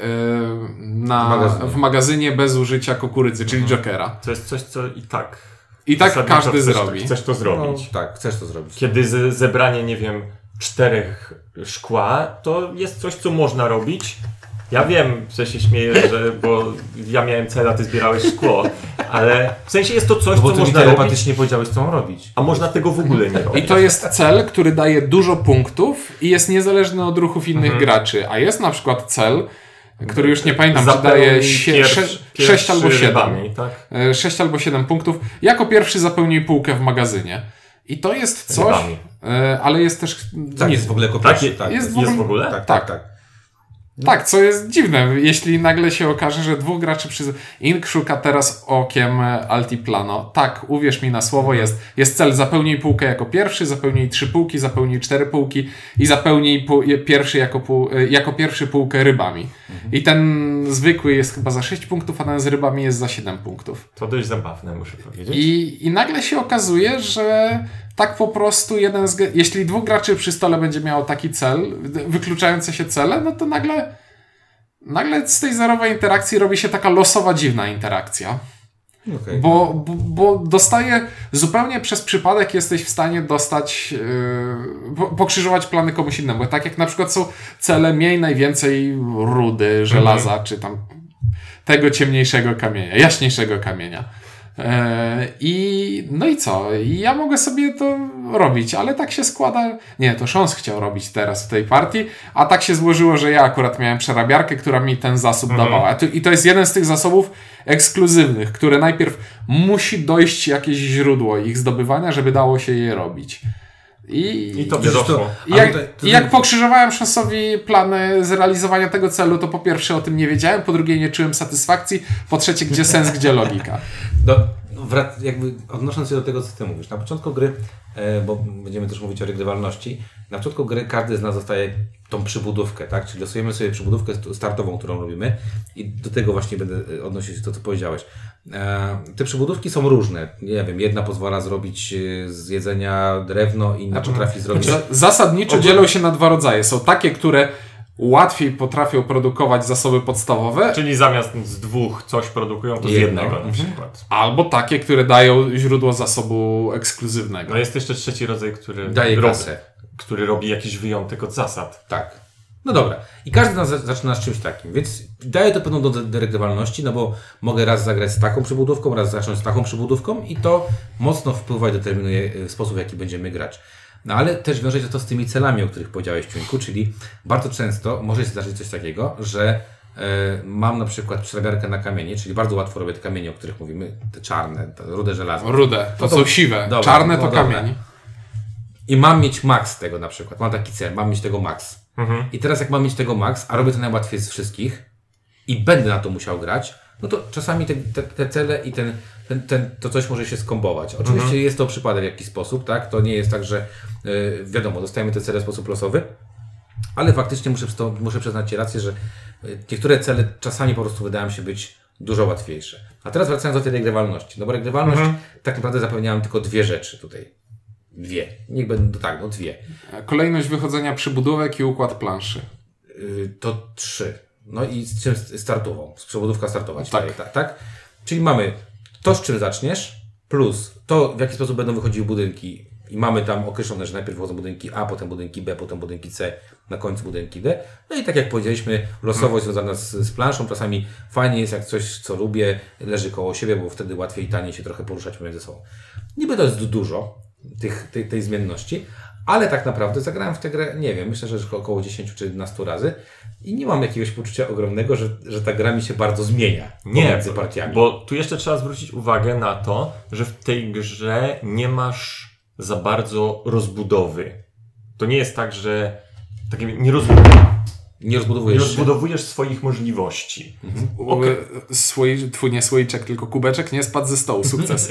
na, w, magazynie. w magazynie bez użycia kukurydzy, czyli Mhm. Jokera. To jest coś, co i tak I tak zasadniczo każdy chcesz, zrobi. Chcesz to zrobić. No, tak, chcesz to zrobić. Kiedy ze, zebranie, nie wiem, czterech szkła, to jest coś, co można robić. Ja wiem, że się śmieję, że, bo ja miałem cel, a ty zbierałeś szkło, ale w sensie jest to coś, No bo co ty mi można robić, telepatycznie powiedziałeś, co mam robić. a można tego w ogóle nie I robić. to jest cel, który daje dużo punktów i jest niezależny od ruchów innych Mhm. graczy. A jest na przykład cel, który już nie pamiętam, czy Zapełnij daje sie, pierw- sze, sześć pierwszy albo siedem. rybami, tak? E, sześć albo siedem punktów. Jako pierwszy zapełnij półkę w magazynie. I to jest coś, Rybami. e, ale jest też... Tak, nie, jest w ogóle jako Tak, pierwszy, jest, tak. jest jest w ogóle? Tak, Tak. tak, tak. Tak, co jest dziwne, jeśli nagle się okaże, że dwóch graczy przy... Ink szuka teraz okiem Altiplano. Tak, uwierz mi na słowo, jest, jest cel zapełnij półkę jako pierwszy, zapełnij trzy półki, zapełnij cztery półki i zapełnij pół, pierwszy jako, pół, jako pierwszy półkę rybami. Mhm. I ten zwykły jest chyba za sześć punktów, a ten z rybami jest za siedem punktów. To dość zabawne, muszę powiedzieć. I, i nagle się okazuje, że tak po prostu jeden z... Jeśli dwóch graczy przy stole będzie miało taki cel, wykluczające się cele, no to nagle nagle z tej zerowej interakcji robi się taka losowa, dziwna interakcja. Okay. Bo, bo, bo dostaje zupełnie przez przypadek jesteś w stanie dostać yy, po, pokrzyżować plany komuś innemu. Bo tak jak na przykład są cele miej najwięcej rudy, żelaza, mhm. czy tam tego ciemniejszego kamienia, jaśniejszego kamienia. I no i co? I ja mogę sobie to robić, ale tak się składa... Nie, to Szons chciał robić teraz w tej partii, a tak się złożyło, że ja akurat miałem przerabiarkę, która mi ten zasób mhm. dawała. I to jest jeden z tych zasobów ekskluzywnych, które najpierw musi dojść jakieś źródło ich zdobywania, żeby dało się je robić. I, I to by doszło. I jak, i jak pokrzyżowałem Szonsowi plany zrealizowania tego celu, to po pierwsze o tym nie wiedziałem, po drugie nie czułem satysfakcji, po trzecie gdzie sens, gdzie logika. Do, wrac- jakby odnosząc się do tego, co ty mówisz. Na początku gry, e, bo będziemy też mówić o regrywalności, na początku gry każdy z nas dostaje tą przybudówkę, tak? Czyli losujemy sobie przybudówkę startową, którą robimy i do tego właśnie będę odnosić się to, co powiedziałeś. E, te przybudówki są różne. Nie wiem, jedna pozwala zrobić z jedzenia drewno, inna znaczy, potrafi zrobić... Znaczy, zasadniczo Ob... dzielą się na dwa rodzaje. Są takie, które łatwiej potrafią produkować zasoby podstawowe. Czyli zamiast z dwóch coś produkują, to z jednego na mhm. przykład. Albo takie, które dają źródło zasobu ekskluzywnego. No jest jeszcze trzeci rodzaj, który daje robi, kasę. który robi jakiś wyjątek od zasad. Tak. No dobra. I każdy z nas zaczyna z czymś takim, więc daje to pewną dozę regrywalności, no bo mogę raz zagrać z taką przybudówką, raz zacząć z taką przybudówką i to mocno wpływa i determinuje sposób, w jaki będziemy grać. No ale też wiąże się to z tymi celami, o których powiedziałeś, Ciuńku, czyli bardzo często może się zdarzyć coś takiego, że e, mam na przykład przerabiarkę na kamienie, czyli bardzo łatwo robię te kamienie, o których mówimy, te czarne, te rude żelazne. Rude, to, to są siwe, dobra, czarne to no, kamień. Dobra. I mam mieć max tego na przykład, mam taki cel, mam mieć tego max. Mhm. I teraz jak mam mieć tego max, a robię to najłatwiej z wszystkich i będę na to musiał grać, no to czasami te, te, te cele i ten, ten, ten, to coś może się skombować. Oczywiście mhm. jest to przypadek w jakiś sposób, tak? To nie jest tak, że yy, wiadomo, dostajemy te cele w sposób losowy, ale faktycznie muszę, to, muszę przyznać Ci rację, że niektóre cele czasami po prostu wydają się być dużo łatwiejsze. A teraz wracając do tej regrywalności. No bo regrywalność mhm. tak naprawdę zapewniałem tylko dwie rzeczy tutaj. Dwie. Niech będą, tak, no dwie. Kolejność wychodzenia przybudówek i układ planszy. Yy, to trzy. No i z czym startową? Z przebudówka startować. Tak. Tutaj, tak, tak. Czyli mamy to, z czym zaczniesz, plus to, w jaki sposób będą wychodziły budynki. I mamy tam określone, że najpierw wchodzą budynki A, potem budynki B, potem budynki C, na końcu budynki D. No i tak jak powiedzieliśmy, losowość hmm. związana z, z planszą. Czasami fajnie jest, jak coś, co lubię, leży koło siebie, bo wtedy łatwiej i taniej się trochę poruszać pomiędzy sobą. Niby to jest dużo tych, tej, tej zmienności, ale tak naprawdę zagrałem w tę grę, nie wiem, myślę, że około dziesięć czy jedenaście razy i nie mam jakiegoś poczucia ogromnego, że, że ta gra mi się bardzo zmienia pomiędzy partiami. Bo tu jeszcze trzeba zwrócić uwagę na to, że w tej grze nie masz za bardzo rozbudowy. To nie jest tak, że tak nie, rozbudowujesz, nie rozbudowujesz, nie rozbudowujesz swoich możliwości. Mhm. Okay. Swój, twój nie słoiczek, tylko kubeczek nie spadł ze stołu. Sukces.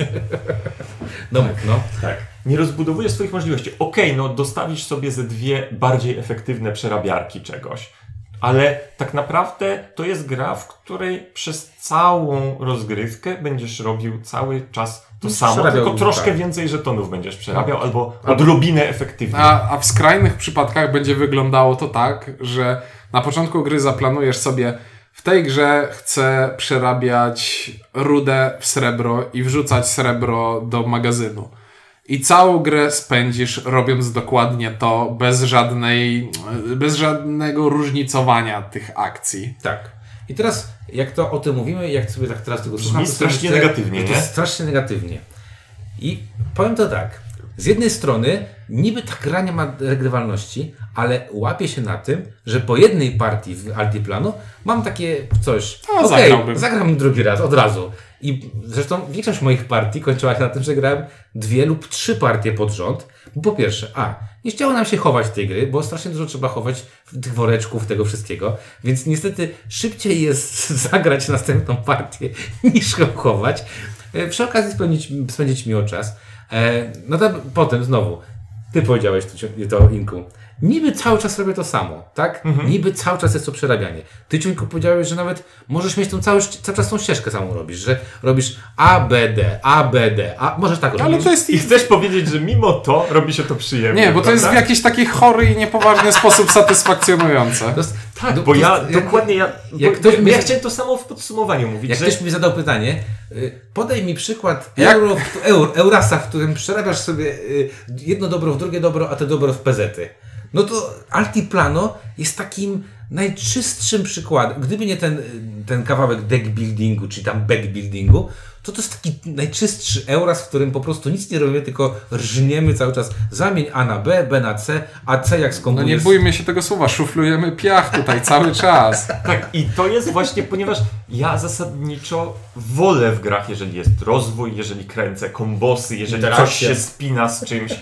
No, no. Tak. Nie rozbudowujesz swoich możliwości. Okej, okay, no dostawisz sobie ze dwie bardziej efektywne przerabiarki czegoś. Ale tak naprawdę to jest gra, w której przez całą rozgrywkę będziesz robił cały czas to no, samo, tylko troszkę tak. więcej żetonów będziesz przerabiał, no. albo odrobinę efektywniej. A, a w skrajnych przypadkach będzie wyglądało to tak, że na początku gry zaplanujesz sobie, w tej grze chcę przerabiać rudę w srebro i wrzucać srebro do magazynu. I całą grę spędzisz robiąc dokładnie to, bez żadnej, bez żadnego różnicowania tych akcji. Tak. I teraz, jak to o tym mówimy, jak sobie tak teraz tego słucham, to strasznie negatywnie, to nie? Strasznie negatywnie. I powiem to tak. Z jednej strony, niby ta gra nie ma regrywalności, ale łapie się na tym, że po jednej partii w Altiplano mam takie coś. No, okej, okay, zagram drugi raz, od razu. I zresztą większość moich partii kończyła się na tym, że grałem dwie lub trzy partie pod rząd. Bo po pierwsze, a, nie chciało nam się chować tej gry, bo strasznie dużo trzeba chować tych woreczków, tego wszystkiego. Więc niestety szybciej jest zagrać następną partię niż ją chować. Przy okazji spędzić, spędzić miło czas. No to potem znowu, ty powiedziałeś to, to Inku. Niby cały czas robię to samo, tak? Mhm. Niby cały czas jest to przerabianie. Ty, Ciuńku, powiedziałeś, że nawet możesz mieć tą cały, cały czas tą ścieżkę samą robisz, że robisz A, B, D, A, B, D, a możesz tak robić. Ale to jest... I chcesz powiedzieć, że mimo to robi się to przyjemnie. Nie, bo prawda? To jest w jakiś taki chory i niepoważny sposób satysfakcjonujące. To jest, tak, do, bo ja jak, dokładnie, ja, jak bo, ktoś ja, mi, ja chciałem to samo w podsumowaniu mówić. Jak że... ktoś mi zadał pytanie, podaj mi przykład euro, eur, Eurasa, w którym przerabiasz sobie jedno dobro w drugie dobro, a te dobro w pezety. No to Altiplano jest takim najczystszym przykładem. Gdyby nie ten, ten kawałek deck buildingu, czy tam back buildingu, to to jest taki najczystszy Euras, w którym po prostu nic nie robimy, tylko rżniemy cały czas. Zamień A na B, B na C, a C jak skombinujesz... No nie bójmy się tego słowa, szuflujemy piach tutaj cały czas. Tak, i to jest właśnie, ponieważ ja zasadniczo wolę w grach, jeżeli jest rozwój, jeżeli kręcę kombosy, jeżeli coś się spina z czymś.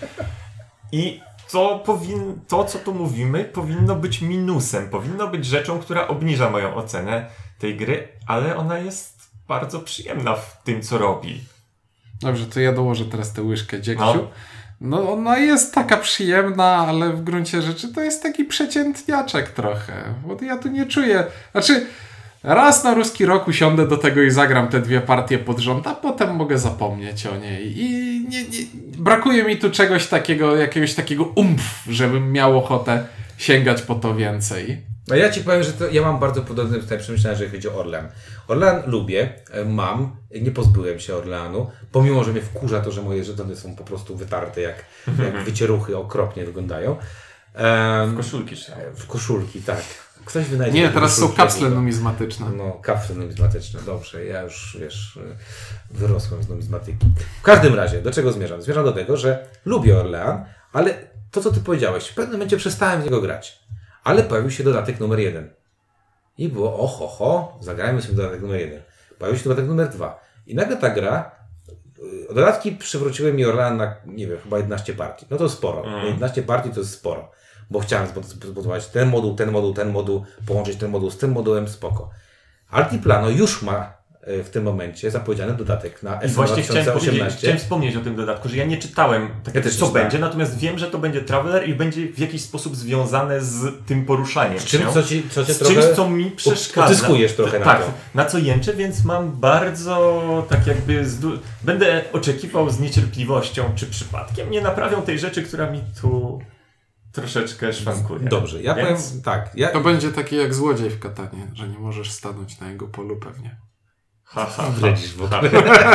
I to, powin, to, co tu mówimy, powinno być minusem. Powinno być rzeczą, która obniża moją ocenę tej gry, ale ona jest bardzo przyjemna w tym, co robi. Dobrze, to ja dołożę teraz tę łyżkę dziegciu. No. no ona jest taka przyjemna, ale w gruncie rzeczy to jest taki przeciętniaczek trochę. Bo ja tu nie czuję... Znaczy, raz na ruski rok usiądę do tego i zagram te dwie partie pod rząd, a potem mogę zapomnieć o niej. I nie, nie, brakuje mi tu czegoś takiego, jakiegoś takiego umf, żebym miał ochotę sięgać po to więcej. No ja ci powiem, że to, ja mam bardzo podobne tutaj przemyślenia, jeżeli chodzi o Orlean. Orlean lubię, mam, nie pozbyłem się Orleanu, pomimo, że mnie wkurza to, że moje żetony są po prostu wytarte, jak, jak wycieruchy, okropnie wyglądają. Um, w koszulki trzeba. W koszulki, tak. Ktoś wynajdzie. Nie, teraz są kapsle numizmatyczne. No, kapsle numizmatyczne, dobrze. Ja już, wiesz, wyrosłem z numizmatyki. W każdym razie, do czego zmierzam? Zmierzam do tego, że lubię Orlean, ale to, co ty powiedziałeś, w pewnym momencie przestałem w niego grać. Ale pojawił się dodatek numer jeden. I było oho, ho, zagrajmy sobie dodatek numer jeden. Pojawił się dodatek numer dwa. I nagle ta gra, dodatki przywróciły mi Orlean na, nie wiem, chyba jedenaście partii. No to sporo. Mm. jedenaście partii to jest sporo. Bo chciałem zbudować ten moduł, ten moduł, ten moduł, połączyć ten moduł z tym modułem, spoko. Altiplano już ma w tym momencie zapowiedziany dodatek na I właśnie chciałem, chciałem wspomnieć o tym dodatku, że ja nie czytałem tak ja co będzie, natomiast wiem, że to będzie Traveler i będzie w jakiś sposób związane z tym poruszaniem. Z czym, co ci, co cię z trochę czymś, co mi przeszkadza. Utyskujesz trochę na tak, to. Na co jęczę, więc mam bardzo tak jakby... Zdu- będę oczekiwał z niecierpliwością, czy przypadkiem nie naprawią tej rzeczy, która mi tu troszeczkę szwankuje. Dobrze, ja więc... powiem tak. Ja... To będzie taki jak złodziej w Katanie, że nie możesz stanąć na jego polu pewnie. Ha, ha, ha. w ogóle.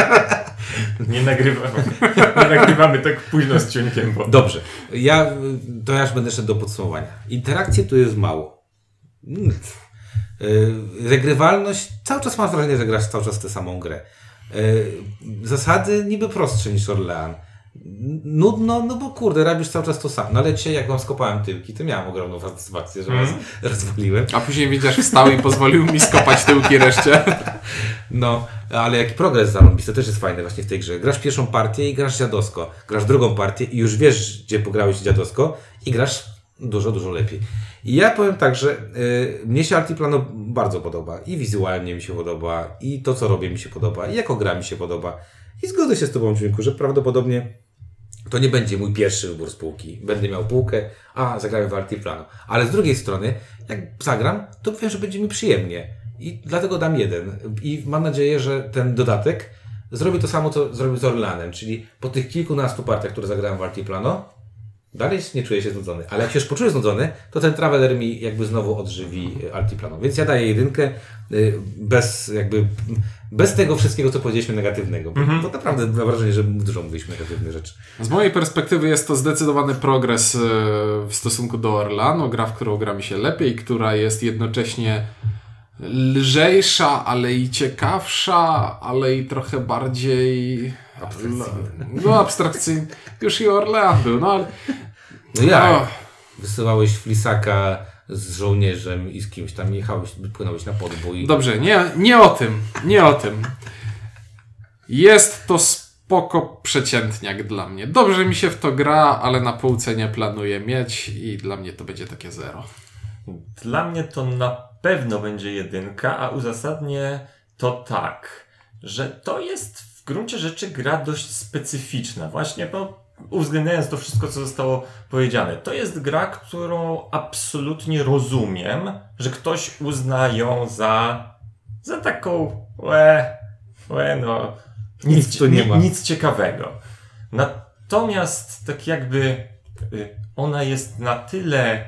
nie, nagrywamy, nie nagrywamy tak późno z ciuńkiem. Bo... Dobrze. Ja, to ja już będę szedł do podsumowania. Interakcji tu jest mało. Yy, regrywalność, cały czas mam wrażenie, że grasz cały czas tę samą grę. Yy, zasady niby prostsze niż Orlean. Nudno, no bo kurde, robisz cały czas to samo. No ale dzisiaj jak wam skopałem tyłki, to miałem ogromną satysfakcję, że mm. was rozwaliłem. A później widzisz, wstał i pozwolił mi skopać tyłki reszcie. No, ale jaki progres zarąbisty, to też jest fajne właśnie w tej grze. Grasz pierwszą partię i grasz dziadowsko. Grasz drugą partię i już wiesz, gdzie pograłeś dziadowsko i grasz dużo, dużo lepiej. I ja powiem tak, że yy, mnie się Altiplano bardzo podoba. I wizualnie mi się podoba, i to, co robię mi się podoba, i jako gra mi się podoba. I zgodzę się z tobą, Ciuńku, że prawdopodobnie to nie będzie mój pierwszy wybór z półki. Będę miał półkę, a zagrałem w Altiplano. Ale z drugiej strony, jak zagram, to wiem, że będzie mi przyjemnie. I dlatego dam jeden. I mam nadzieję, że ten dodatek zrobi to samo, co zrobił z Orleanem. Czyli po tych kilkunastu partiach, które zagrałem w Altiplano, dalej nie czuję się znudzony. Ale jak się już poczuję znudzony, to ten Traveler mi jakby znowu odżywi Altiplano. Więc ja daję jedynkę bez jakby bez tego wszystkiego, co powiedzieliśmy negatywnego. Bo mm-hmm. to naprawdę mam wrażenie, że dużo mówiliśmy negatywnych rzeczy. Z mojej perspektywy jest to zdecydowany progres w stosunku do Orleanu. Gra, w którą gra mi się lepiej, która jest jednocześnie lżejsza, ale i ciekawsza, ale i trochę bardziej abstrakcyjna. No abstrakcyjna. Już i Orlean był, no ale... No ja. No. Wysyłałeś flisaka z żołnierzem i z kimś tam jechałeś, płynąłeś na podbój. Dobrze, nie, nie o tym, nie o tym. Jest to spoko przeciętniak dla mnie. Dobrze mi się w to gra, ale na półce nie planuję mieć i dla mnie to będzie takie zero. Dla mnie to na pewno będzie jedynka, a uzasadnię to tak, że to jest w gruncie rzeczy gra dość specyficzna. Właśnie, bo uwzględniając to wszystko, co zostało powiedziane. To jest gra, którą absolutnie rozumiem, że ktoś uzna ją za, za taką łe, łe no, nic, nic tu nie ma. Nic ciekawego. Natomiast tak jakby ona jest na tyle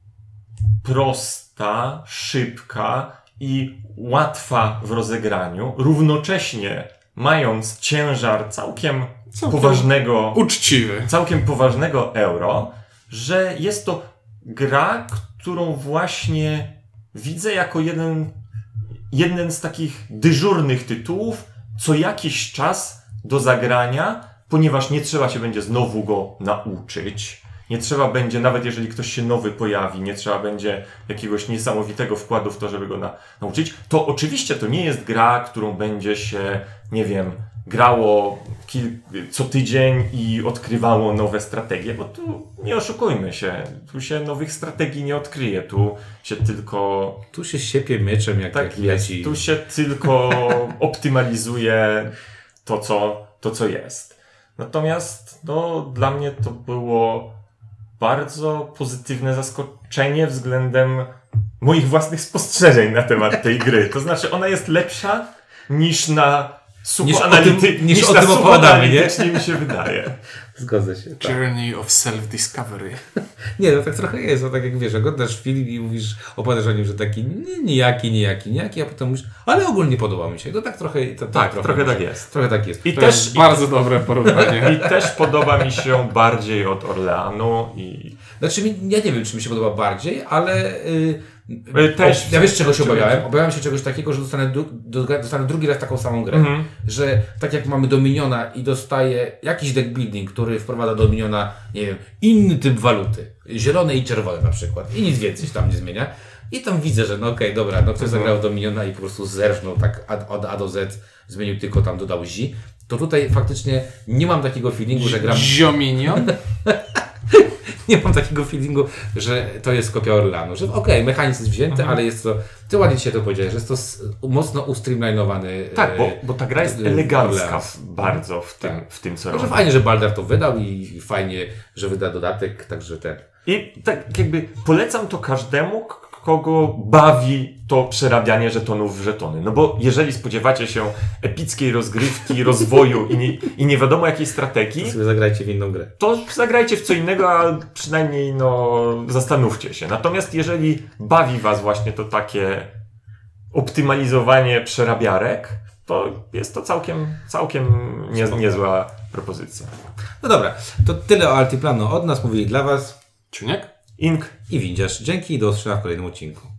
prosta, szybka i łatwa w rozegraniu, równocześnie mając ciężar całkiem, całkiem poważnego, uczciwy, całkiem poważnego euro, że jest to gra, którą właśnie widzę jako jeden, jeden z takich dyżurnych tytułów co jakiś czas do zagrania, ponieważ nie trzeba się będzie znowu go nauczyć. Nie trzeba będzie, nawet jeżeli ktoś się nowy pojawi, nie trzeba będzie jakiegoś niesamowitego wkładu w to, żeby go na, nauczyć. To oczywiście to nie jest gra, którą będzie się, nie wiem, grało kil- co tydzień i odkrywało nowe strategie, bo tu nie oszukujmy się, tu się nowych strategii nie odkryje, tu się tylko... Tu się siepie mieczem jak, tak jak leci. Tu się tylko optymalizuje to co, to, co jest. Natomiast no, dla mnie to było bardzo pozytywne zaskoczenie względem moich własnych spostrzeżeń na temat tej gry. To znaczy, ona jest lepsza niż na sucho anality- niż, niż na sucho analitycznie mi się wydaje. Zgodzę się. Tak. Journey of self-discovery. Nie, no tak trochę jest, no tak jak wiesz, oglądasz film i mówisz, opowiadasz o nim, że taki nijaki, nijaki, nijaki, a potem mówisz, ale ogólnie podoba mi się. To tak trochę... To, tak, tak, trochę, trochę tak jest. Trochę tak jest. I to też jest bardzo dobre porównanie. I też podoba mi się bardziej od Orleanu i... Znaczy, ja nie wiem, czy mi się podoba bardziej, ale... Yy, też ja wiesz, czego się obawiałem? Obawiałem się czegoś takiego, że dostanę, dru- dostanę drugi raz taką samą grę. Mm-hmm. Że tak jak mamy Dominiona i dostaję jakiś deck building, który wprowadza do Dominiona, nie wiem, inny typ waluty. Zielone i czerwone na przykład. I nic więcej się tam nie zmienia. I tam widzę, że no okej, okay, dobra, no ktoś zagrał Dominiona i po prostu zerżnął tak od, od A do Z, zmienił tylko tam, dodał zi. To tutaj faktycznie nie mam takiego feelingu, że gram... Ziominion? Nie mam takiego feelingu, że to jest kopia Orleanu, że okej, okay, mechanizm jest wzięty, mhm. ale jest to, ty ładnie dzisiaj to powiedziałeś, że jest to s- mocno ustreamlinowany. Tak, bo, bo ta gra jest elegancka w, bardzo w tym, tak. w tym co robi. robi. Fajnie, że Baldar to wydał i fajnie, że wyda dodatek, także ten. I tak jakby polecam to każdemu, k- kogo bawi to przerabianie żetonów w żetony. No bo jeżeli spodziewacie się epickiej rozgrywki, rozwoju i nie, i nie wiadomo jakiej strategii, to sobie zagrajcie w inną grę. To zagrajcie w co innego, a przynajmniej no zastanówcie się. Natomiast jeżeli bawi was właśnie to takie optymalizowanie przerabiarek, to jest to całkiem, całkiem nie, niezła propozycja. No dobra, to tyle o Altiplano od nas, mówili dla was Czuniek? Ink i Windziarz. Dzięki i do usłyszenia w kolejnym odcinku.